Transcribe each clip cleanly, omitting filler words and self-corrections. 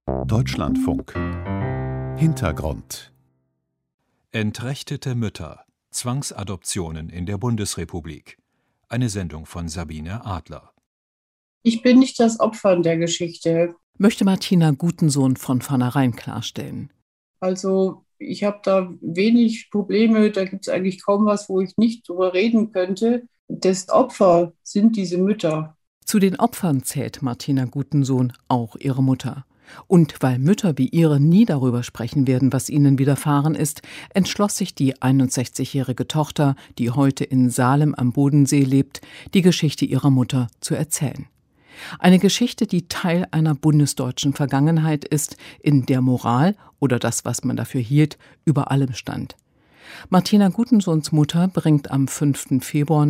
Deutschlandfunk Hintergrund. Entrechtete Mütter. Zwangsadoptionen in der Bundesrepublik. Eine Sendung von Sabine Adler. Ich bin nicht das Opfer der Geschichte. Möchte Martina Gutensohn von vornherein klarstellen. Also ich habe da wenig Probleme, da gibt es eigentlich kaum was, wo ich nicht drüber reden könnte. Das Opfer sind diese Mütter. Zu den Opfern zählt Martina Gutensohn auch ihre Mutter. Und weil Mütter wie ihre nie darüber sprechen werden, was ihnen widerfahren ist, entschloss sich die 61-jährige Tochter, die heute in Salem am Bodensee lebt, die Geschichte ihrer Mutter zu erzählen. Eine Geschichte, die Teil einer bundesdeutschen Vergangenheit ist, in der Moral oder das, was man dafür hielt, über allem stand. Martina Gutensohns Mutter bringt am 5. Februar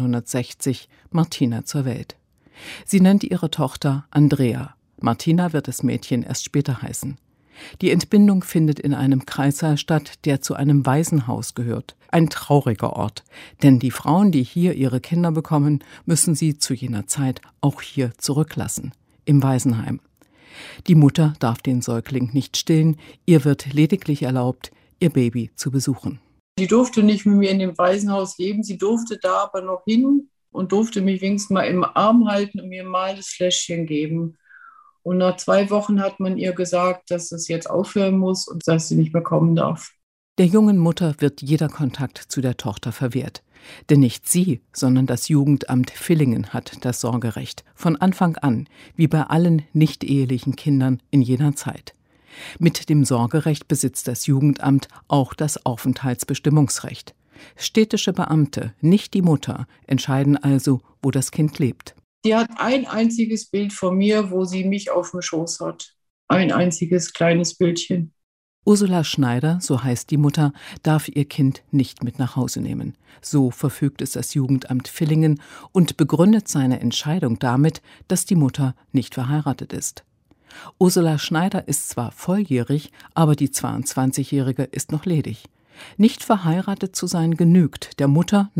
1960 Martina zur Welt. Sie nennt ihre Tochter Andrea. Martina wird das Mädchen erst später heißen. Die Entbindung findet in einem Kreissaal statt, der zu einem Waisenhaus gehört. Ein trauriger Ort, denn die Frauen, die hier ihre Kinder bekommen, müssen sie zu jener Zeit auch hier zurücklassen, im Waisenheim. Die Mutter darf den Säugling nicht stillen, ihr wird lediglich erlaubt, ihr Baby zu besuchen. Sie durfte nicht mit mir in dem Waisenhaus leben, sie durfte da aber noch hin und durfte mich wenigstens mal im Arm halten und mir mal das Fläschchen geben. Und nach 2 Wochen hat man ihr gesagt, dass es jetzt aufhören muss und dass sie nicht mehr kommen darf. Der jungen Mutter wird jeder Kontakt zu der Tochter verwehrt. Denn nicht sie, sondern das Jugendamt Villingen hat das Sorgerecht. Von Anfang an, wie bei allen nicht-ehelichen Kindern in jener Zeit. Mit dem Sorgerecht besitzt das Jugendamt auch das Aufenthaltsbestimmungsrecht. Städtische Beamte, nicht die Mutter, entscheiden also, wo das Kind lebt. Sie hat ein einziges Bild von mir, wo sie mich auf dem Schoß hat. Ein einziges kleines Bildchen. Ursula Schneider, so heißt die Mutter, darf ihr Kind nicht mit nach Hause nehmen. So verfügt es das Jugendamt Villingen und begründet seine Entscheidung damit, dass die Mutter nicht verheiratet ist. Ursula Schneider ist zwar volljährig, aber die 22-Jährige ist noch ledig. Nicht verheiratet zu sein genügt, der Mutter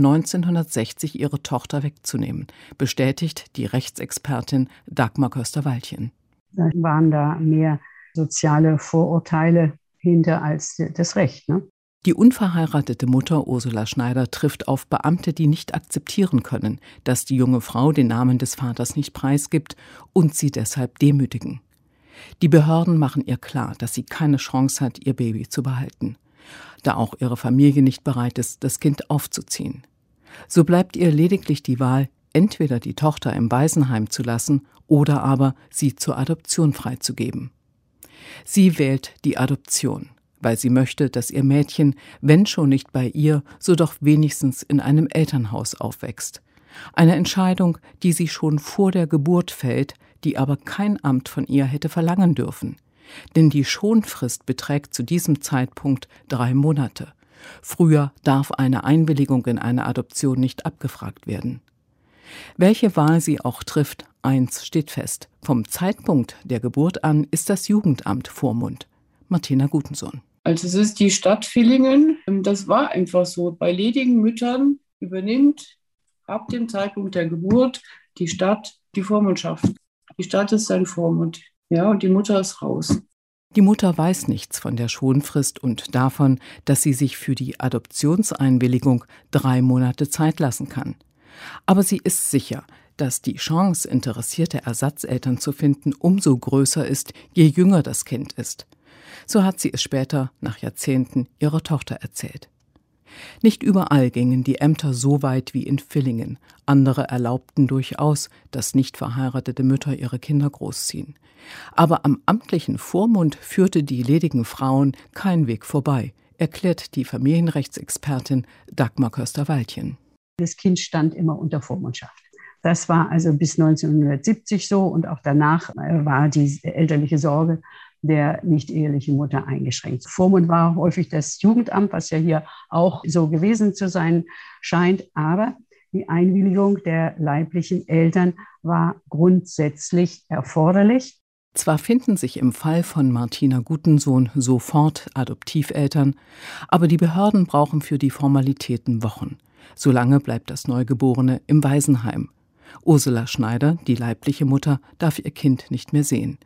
1960 ihre Tochter wegzunehmen, bestätigt die Rechtsexpertin Dagmar Köster-Waldchen. Da waren da mehr soziale Vorurteile hinter als das Recht, ne? Die unverheiratete Mutter Ursula Schneider trifft auf Beamte, die nicht akzeptieren können, dass die junge Frau den Namen des Vaters nicht preisgibt und sie deshalb demütigen. Die Behörden machen ihr klar, dass sie keine Chance hat, ihr Baby zu behalten, da auch ihre Familie nicht bereit ist, das Kind aufzuziehen. So bleibt ihr lediglich die Wahl, entweder die Tochter im Waisenheim zu lassen oder aber sie zur Adoption freizugeben. Sie wählt die Adoption, weil sie möchte, dass ihr Mädchen, wenn schon nicht bei ihr, so doch wenigstens in einem Elternhaus aufwächst. Eine Entscheidung, die sie schon vor der Geburt fällt, die aber kein Amt von ihr hätte verlangen dürfen. Denn die Schonfrist beträgt zu diesem Zeitpunkt 3 Monate. Früher darf eine Einwilligung in eine Adoption nicht abgefragt werden. Welche Wahl sie auch trifft, eins steht fest: Vom Zeitpunkt der Geburt an ist das Jugendamt Vormund. Martina Gutensohn. Also es ist die Stadt Villingen. Das war einfach so. Bei ledigen Müttern übernimmt ab dem Zeitpunkt der Geburt die Stadt die Vormundschaft. Die Stadt ist sein Vormund. Ja, und die Mutter ist raus. Die Mutter weiß nichts von der Schonfrist und davon, dass sie sich für die Adoptionseinwilligung 3 Monate Zeit lassen kann. Aber sie ist sicher, dass die Chance, interessierte Ersatzeltern zu finden, umso größer ist, je jünger das Kind ist. So hat sie es später, nach Jahrzehnten, ihrer Tochter erzählt. Nicht überall gingen die Ämter so weit wie in Villingen. Andere erlaubten durchaus, dass nicht verheiratete Mütter ihre Kinder großziehen. Aber am amtlichen Vormund führte die ledigen Frauen kein Weg vorbei, erklärt die Familienrechtsexpertin Dagmar Köster-Waldchen. Das Kind stand immer unter Vormundschaft. Das war also bis 1970 so und auch danach war die elterliche Sorge der nicht-ehelichen Mutter eingeschränkt. Vormund war häufig das Jugendamt, was ja hier auch so gewesen zu sein scheint, aber die Einwilligung der leiblichen Eltern war grundsätzlich erforderlich. Zwar finden sich im Fall von Martina Gutensohn sofort Adoptiveltern, aber die Behörden brauchen für die Formalitäten Wochen. Solange bleibt das Neugeborene im Waisenheim. Ursula Schneider, die leibliche Mutter, darf ihr Kind nicht mehr sehen.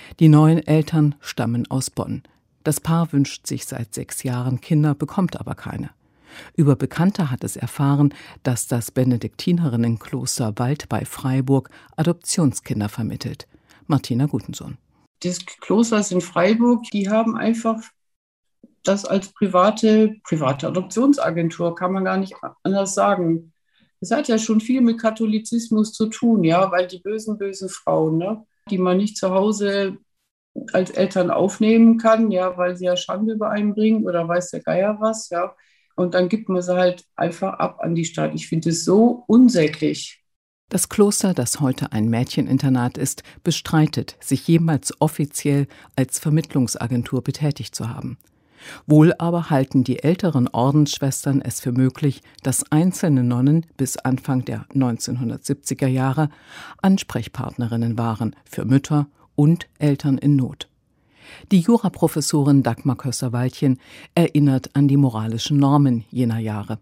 Die neuen Eltern stammen aus Bonn. Das Paar wünscht sich seit 6 Jahren Kinder, bekommt aber keine. Über Bekannte hat es erfahren, dass das Benediktinerinnenkloster Wald bei Freiburg Adoptionskinder vermittelt. Martina Gutensohn. Das Kloster ist in Freiburg, die haben einfach das als private Adoptionsagentur, kann man gar nicht anders sagen. Das hat ja schon viel mit Katholizismus zu tun, ja, weil die bösen Frauen, ne, die man nicht zu Hause als Eltern aufnehmen kann, ja, weil sie ja Schande über einen bringen oder weiß der Geier was, ja. Und dann gibt man sie halt einfach ab an die Stadt. Ich finde es so unsäglich. Das Kloster, das heute ein Mädcheninternat ist, bestreitet, sich jemals offiziell als Vermittlungsagentur betätigt zu haben. Wohl aber halten die älteren Ordensschwestern es für möglich, dass einzelne Nonnen bis Anfang der 1970er Jahre Ansprechpartnerinnen waren für Mütter und Eltern in Not. Die Juraprofessorin Dagmar Köster-Waldchen erinnert an die moralischen Normen jener Jahre.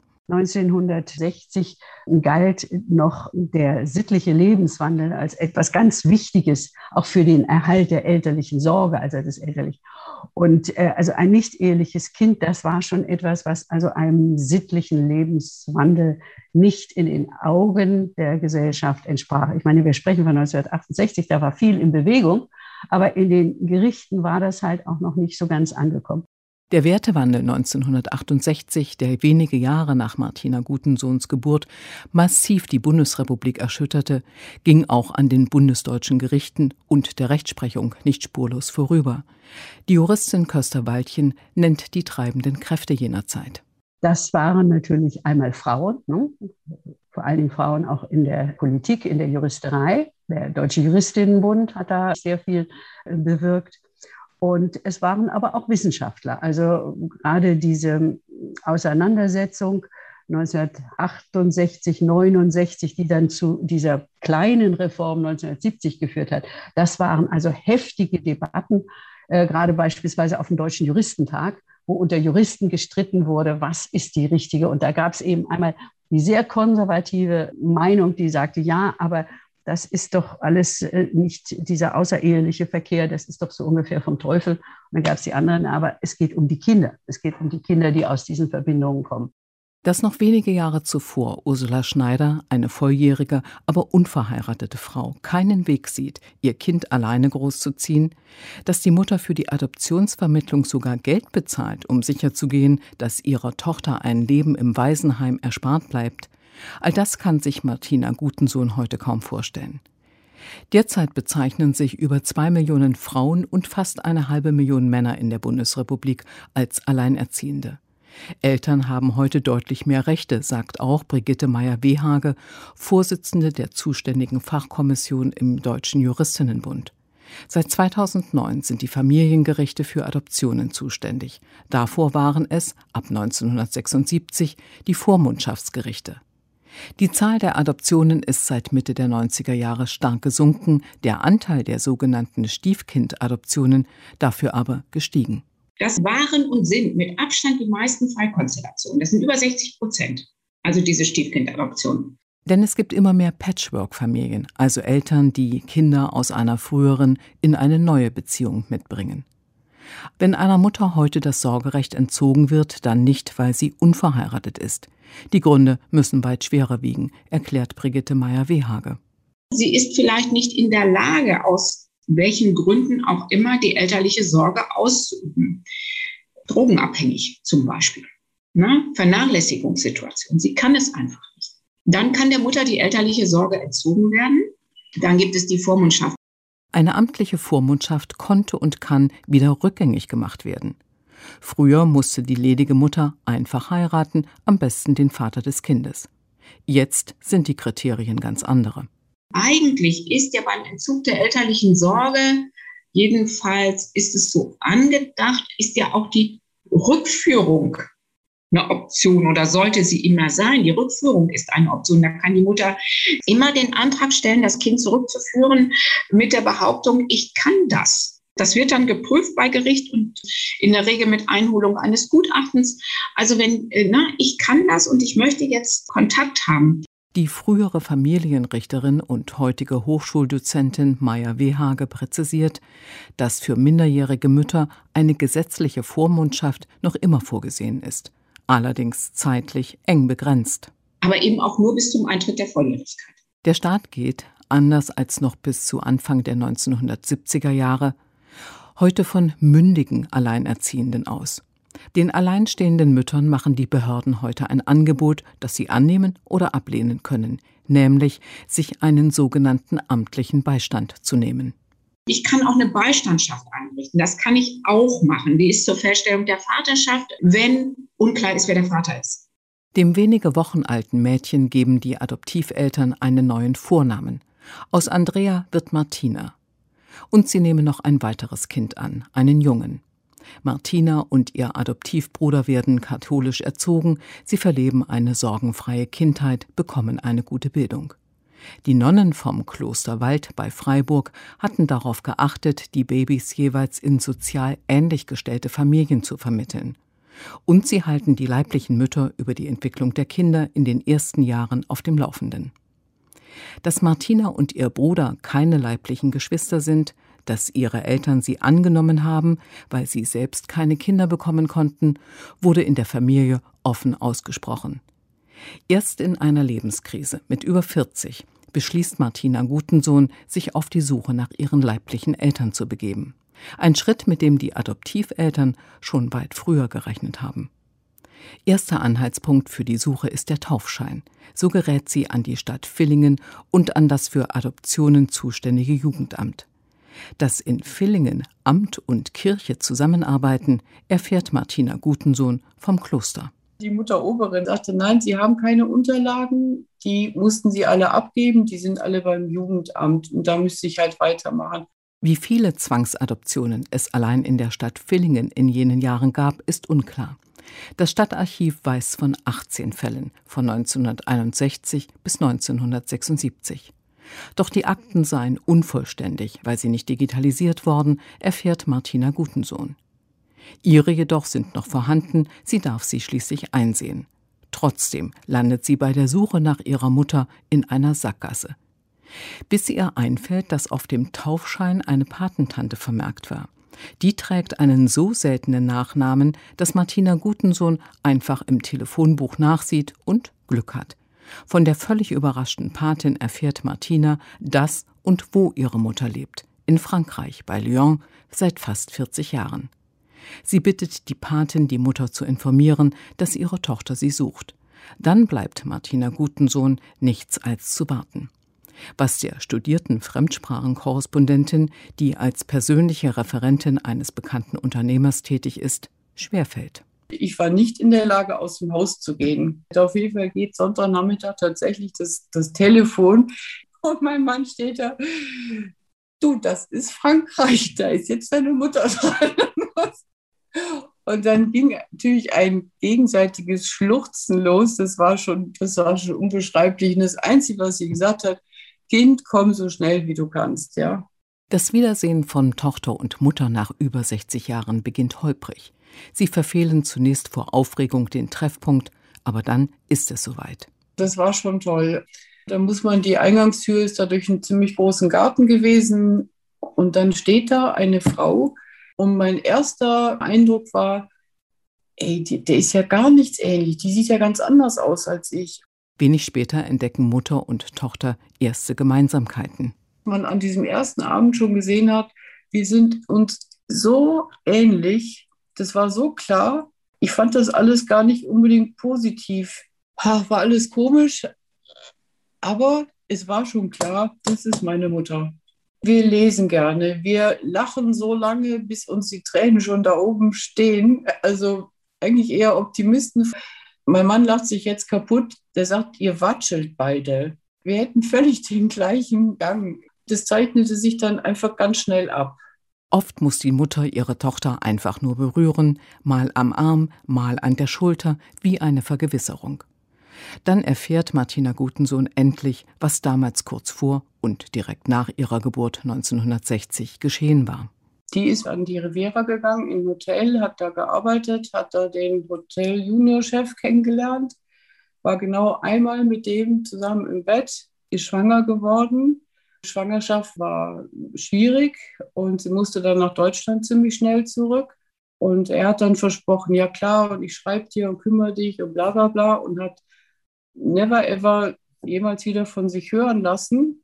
1960 galt noch der sittliche Lebenswandel als etwas ganz Wichtiges, auch für den Erhalt der elterlichen Sorge, also des elterlichen. Und also ein nicht-eheliches Kind, das war schon etwas, was also einem sittlichen Lebenswandel nicht in den Augen der Gesellschaft entsprach. Ich meine, wir sprechen von 1968, da war viel in Bewegung, aber in den Gerichten war das halt auch noch nicht so ganz angekommen. Der Wertewandel 1968, der wenige Jahre nach Martina Gutensohns Geburt massiv die Bundesrepublik erschütterte, ging auch an den bundesdeutschen Gerichten und der Rechtsprechung nicht spurlos vorüber. Die Juristin Köster-Waldchen nennt die treibenden Kräfte jener Zeit. Das waren natürlich einmal Frauen, ne? Vor allen Dingen Frauen auch in der Politik, in der Juristerei. Der Deutsche Juristinnenbund hat da sehr viel bewirkt. Und es waren aber auch Wissenschaftler. Also gerade diese Auseinandersetzung 1968, 69, die dann zu dieser kleinen Reform 1970 geführt hat, das waren also heftige Debatten, gerade beispielsweise auf dem Deutschen Juristentag, wo unter Juristen gestritten wurde, was ist die richtige. Und da gab es eben einmal die sehr konservative Meinung, die sagte, ja, aber das ist doch alles nicht dieser außereheliche Verkehr, das ist doch so ungefähr vom Teufel. Und dann gab es die anderen, aber es geht um die Kinder. Es geht um die Kinder, die aus diesen Verbindungen kommen. Dass noch wenige Jahre zuvor Ursula Schneider, eine volljährige, aber unverheiratete Frau, keinen Weg sieht, ihr Kind alleine großzuziehen, dass die Mutter für die Adoptionsvermittlung sogar Geld bezahlt, um sicherzugehen, dass ihrer Tochter ein Leben im Waisenheim erspart bleibt, all das kann sich Martina Gutensohn heute kaum vorstellen. Derzeit bezeichnen sich über 2 Millionen Frauen und fast 1,5 Million Männer in der Bundesrepublik als Alleinerziehende. Eltern haben heute deutlich mehr Rechte, sagt auch Brigitte Meyer-Wehhage, Vorsitzende der zuständigen Fachkommission im Deutschen Juristinnenbund. Seit 2009 sind die Familiengerichte für Adoptionen zuständig. Davor waren es, ab 1976, die Vormundschaftsgerichte. Die Zahl der Adoptionen ist seit Mitte der 90er Jahre stark gesunken, der Anteil der sogenannten Stiefkind-Adoptionen dafür aber gestiegen. Das waren und sind mit Abstand die meisten Fallkonstellationen. Das sind über 60%, also diese Stiefkind-Adoptionen. Denn es gibt immer mehr Patchwork-Familien, also Eltern, die Kinder aus einer früheren in eine neue Beziehung mitbringen. Wenn einer Mutter heute das Sorgerecht entzogen wird, dann nicht, weil sie unverheiratet ist. Die Gründe müssen weit schwerer wiegen, erklärt Brigitte Meyer-Wehhage. Sie ist vielleicht nicht in der Lage, aus welchen Gründen auch immer, die elterliche Sorge auszuüben. Drogenabhängig zum Beispiel. Vernachlässigungssituation. Sie kann es einfach nicht. Dann kann der Mutter die elterliche Sorge entzogen werden. Dann gibt es die Vormundschaft. Eine amtliche Vormundschaft konnte und kann wieder rückgängig gemacht werden. Früher musste die ledige Mutter einfach heiraten, am besten den Vater des Kindes. Jetzt sind die Kriterien ganz andere. Eigentlich ist ja beim Entzug der elterlichen Sorge, jedenfalls ist es so angedacht, ist ja auch die Rückführung eine Option oder sollte sie immer sein. Die Rückführung ist eine Option. Da kann die Mutter immer den Antrag stellen, das Kind zurückzuführen mit der Behauptung, ich kann das. Das wird dann geprüft bei Gericht und in der Regel mit Einholung eines Gutachtens. Also wenn, ich kann das und ich möchte jetzt Kontakt haben. Die frühere Familienrichterin und heutige Hochschuldozentin Maya Wehage präzisiert, dass für minderjährige Mütter eine gesetzliche Vormundschaft noch immer vorgesehen ist, allerdings zeitlich eng begrenzt. Aber eben auch nur bis zum Eintritt der Volljährigkeit. Der Staat geht, anders als noch bis zu Anfang der 1970er Jahre, heute von mündigen Alleinerziehenden aus. Den alleinstehenden Müttern machen die Behörden heute ein Angebot, das sie annehmen oder ablehnen können, nämlich sich einen sogenannten amtlichen Beistand zu nehmen. Ich kann auch eine Beistandschaft einrichten. Das kann ich auch machen. Die ist zur Feststellung der Vaterschaft, wenn unklar ist, wer der Vater ist. Dem wenige Wochen alten Mädchen geben die Adoptiveltern einen neuen Vornamen. Aus Andrea wird Martina. Und sie nehmen noch ein weiteres Kind an, einen Jungen. Martina und ihr Adoptivbruder werden katholisch erzogen, sie verleben eine sorgenfreie Kindheit, bekommen eine gute Bildung. Die Nonnen vom Kloster Wald bei Freiburg hatten darauf geachtet, die Babys jeweils in sozial ähnlich gestellte Familien zu vermitteln. Und sie halten die leiblichen Mütter über die Entwicklung der Kinder in den ersten Jahren auf dem Laufenden. Dass Martina und ihr Bruder keine leiblichen Geschwister sind, dass ihre Eltern sie angenommen haben, weil sie selbst keine Kinder bekommen konnten, wurde in der Familie offen ausgesprochen. Erst in einer Lebenskrise mit über 40 beschließt Martina Gutensohn, sich auf die Suche nach ihren leiblichen Eltern zu begeben. Ein Schritt, mit dem die Adoptiveltern schon weit früher gerechnet haben. Erster Anhaltspunkt für die Suche ist der Taufschein. So gerät sie an die Stadt Villingen und an das für Adoptionen zuständige Jugendamt. Dass in Villingen Amt und Kirche zusammenarbeiten, erfährt Martina Gutensohn vom Kloster. Die Mutteroberin sagte, nein, sie haben keine Unterlagen, die mussten sie alle abgeben, die sind alle beim Jugendamt und da müsste ich halt weitermachen. Wie viele Zwangsadoptionen es allein in der Stadt Villingen in jenen Jahren gab, ist unklar. Das Stadtarchiv weiß von 18 Fällen von 1961 bis 1976. Doch die Akten seien unvollständig, weil sie nicht digitalisiert worden, erfährt Martina Gutensohn. Ihre jedoch sind noch vorhanden, sie darf sie schließlich einsehen. Trotzdem landet sie bei der Suche nach ihrer Mutter in einer Sackgasse. Bis ihr einfällt, dass auf dem Taufschein eine Patentante vermerkt war. Die trägt einen so seltenen Nachnamen, dass Martina Gutensohn einfach im Telefonbuch nachsieht und Glück hat. Von der völlig überraschten Patin erfährt Martina, dass und wo ihre Mutter lebt. In Frankreich, bei Lyon, seit fast 40 Jahren. Sie bittet die Patin, die Mutter zu informieren, dass ihre Tochter sie sucht. Dann bleibt Martina Gutensohn nichts als zu warten. Was der studierten Fremdsprachenkorrespondentin, die als persönliche Referentin eines bekannten Unternehmers tätig ist, schwerfällt. Ich war nicht in der Lage, aus dem Haus zu gehen. Auf jeden Fall geht Sonntagnachmittag tatsächlich das Telefon und mein Mann steht da. Du, das ist Frankreich, da ist jetzt deine Mutter dran. Und dann ging natürlich ein gegenseitiges Schluchzen los. Das war schon unbeschreiblich. Und das Einzige, was sie gesagt hat, Kind, komm so schnell, wie du kannst, ja. Das Wiedersehen von Tochter und Mutter nach über 60 Jahren beginnt holprig. Sie verfehlen zunächst vor Aufregung den Treffpunkt, aber dann ist es soweit. Das war schon toll. Da muss man, die Eingangstür ist da durch einen ziemlich großen Garten gewesen und dann steht da eine Frau und mein erster Eindruck war, der ist ja gar nichts ähnlich, die sieht ja ganz anders aus als ich. Wenig später entdecken Mutter und Tochter erste Gemeinsamkeiten. Man an diesem ersten Abend schon gesehen hat, wir sind uns so ähnlich, das war so klar. Ich fand das alles gar nicht unbedingt positiv. War alles komisch, aber es war schon klar, das ist meine Mutter. Wir lesen gerne, wir lachen so lange, bis uns die Tränen schon da oben stehen. Also eigentlich eher Optimisten. Mein Mann lacht sich jetzt kaputt, der sagt, ihr watschelt beide. Wir hätten völlig den gleichen Gang. Das zeichnete sich dann einfach ganz schnell ab. Oft muss die Mutter ihre Tochter einfach nur berühren, mal am Arm, mal an der Schulter, wie eine Vergewisserung. Dann erfährt Martina Gutensohn endlich, was damals kurz vor und direkt nach ihrer Geburt 1960 geschehen war. Die ist an die Riviera gegangen, im Hotel, hat da gearbeitet, hat da den Hotel-Junior-Chef kennengelernt. war genau einmal mit dem zusammen im Bett, ist schwanger geworden. Die Schwangerschaft war schwierig und sie musste dann nach Deutschland ziemlich schnell zurück. Und er hat dann versprochen, ja klar, und ich schreibe dir und kümmere dich und bla bla bla und hat never ever jemals wieder von sich hören lassen.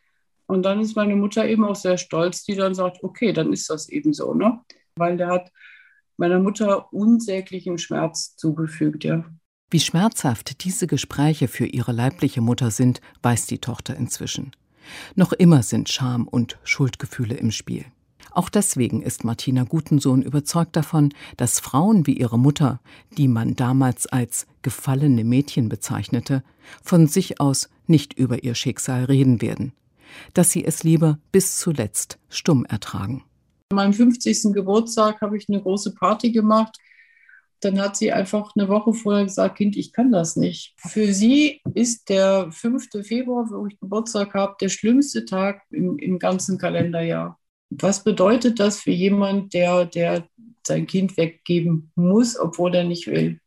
Und dann ist meine Mutter eben auch sehr stolz, die dann sagt, okay, dann ist das eben so, ne? Weil der hat meiner Mutter unsäglichen Schmerz zugefügt, ja. Wie schmerzhaft diese Gespräche für ihre leibliche Mutter sind, weiß die Tochter inzwischen. Noch immer sind Scham und Schuldgefühle im Spiel. Auch deswegen ist Martina Gutensohn überzeugt davon, dass Frauen wie ihre Mutter, die man damals als gefallene Mädchen bezeichnete, von sich aus nicht über ihr Schicksal reden werden. Dass sie es lieber bis zuletzt stumm ertragen. An meinem 50. Geburtstag habe ich eine große Party gemacht. Dann hat sie einfach eine Woche vorher gesagt, Kind, ich kann das nicht. Für sie ist der 5. Februar, wo ich Geburtstag habe, der schlimmste Tag im ganzen Kalenderjahr. Was bedeutet das für jemanden, der sein Kind weggeben muss, obwohl er nicht will?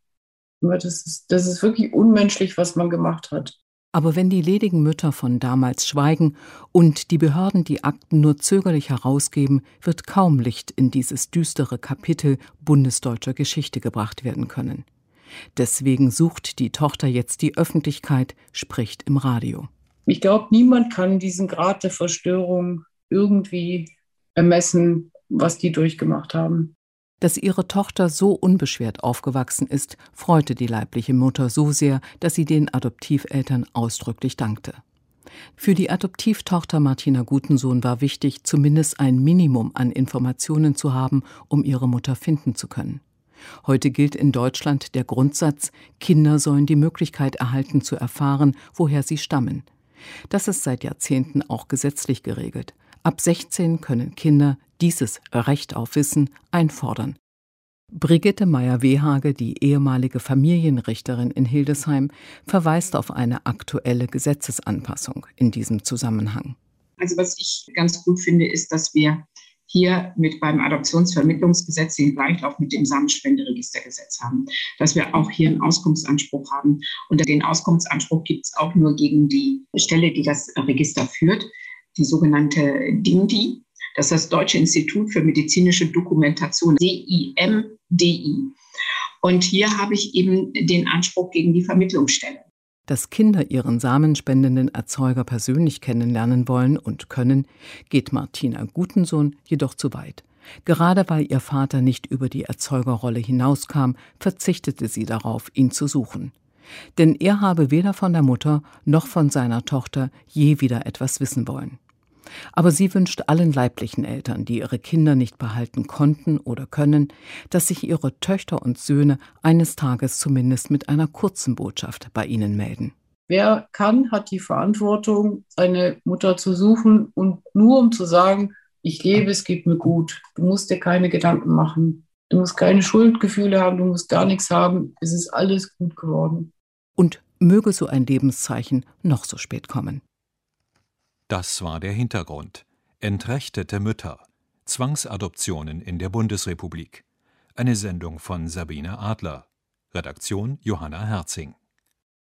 Das ist wirklich unmenschlich, was man gemacht hat. Aber wenn die ledigen Mütter von damals schweigen und die Behörden die Akten nur zögerlich herausgeben, wird kaum Licht in dieses düstere Kapitel bundesdeutscher Geschichte gebracht werden können. Deswegen sucht die Tochter jetzt die Öffentlichkeit, spricht im Radio. Ich glaube, niemand kann diesen Grad der Verstörung irgendwie ermessen, was die durchgemacht haben. Dass ihre Tochter so unbeschwert aufgewachsen ist, freute die leibliche Mutter so sehr, dass sie den Adoptiveltern ausdrücklich dankte. Für die Adoptivtochter Martina Gutensohn war wichtig, zumindest ein Minimum an Informationen zu haben, um ihre Mutter finden zu können. Heute gilt in Deutschland der Grundsatz, Kinder sollen die Möglichkeit erhalten zu erfahren, woher sie stammen. Das ist seit Jahrzehnten auch gesetzlich geregelt. Ab 16 können Kinder dieses Recht auf Wissen einfordern. Brigitte Meyer-Wehhage, die ehemalige Familienrichterin in Hildesheim, verweist auf eine aktuelle Gesetzesanpassung in diesem Zusammenhang. Also was ich ganz gut finde, ist, dass wir hier beim Adoptionsvermittlungsgesetz den Gleichlauf mit dem Samenspenderegistergesetz haben, dass wir auch hier einen Auskunftsanspruch haben. Und den Auskunftsanspruch gibt es auch nur gegen die Stelle, die das Register führt, die sogenannte DINDI. Das ist das Deutsche Institut für medizinische Dokumentation, DIMDI. Und hier habe ich eben den Anspruch gegen die Vermittlungsstelle. Dass Kinder ihren samenspendenden Erzeuger persönlich kennenlernen wollen und können, geht Martina Gutensohn jedoch zu weit. Gerade weil ihr Vater nicht über die Erzeugerrolle hinauskam, verzichtete sie darauf, ihn zu suchen. Denn er habe weder von der Mutter noch von seiner Tochter je wieder etwas wissen wollen. Aber sie wünscht allen leiblichen Eltern, die ihre Kinder nicht behalten konnten oder können, dass sich ihre Töchter und Söhne eines Tages zumindest mit einer kurzen Botschaft bei ihnen melden. Wer kann, hat die Verantwortung, seine Mutter zu suchen und nur um zu sagen, ich lebe, es geht mir gut. Du musst dir keine Gedanken machen. Du musst keine Schuldgefühle haben, du musst gar nichts haben. Es ist alles gut geworden. Und möge so ein Lebenszeichen noch so spät kommen. Das war der Hintergrund. Entrechtete Mütter. Zwangsadoptionen in der Bundesrepublik. Eine Sendung von Sabine Adler. Redaktion Johanna Herzing.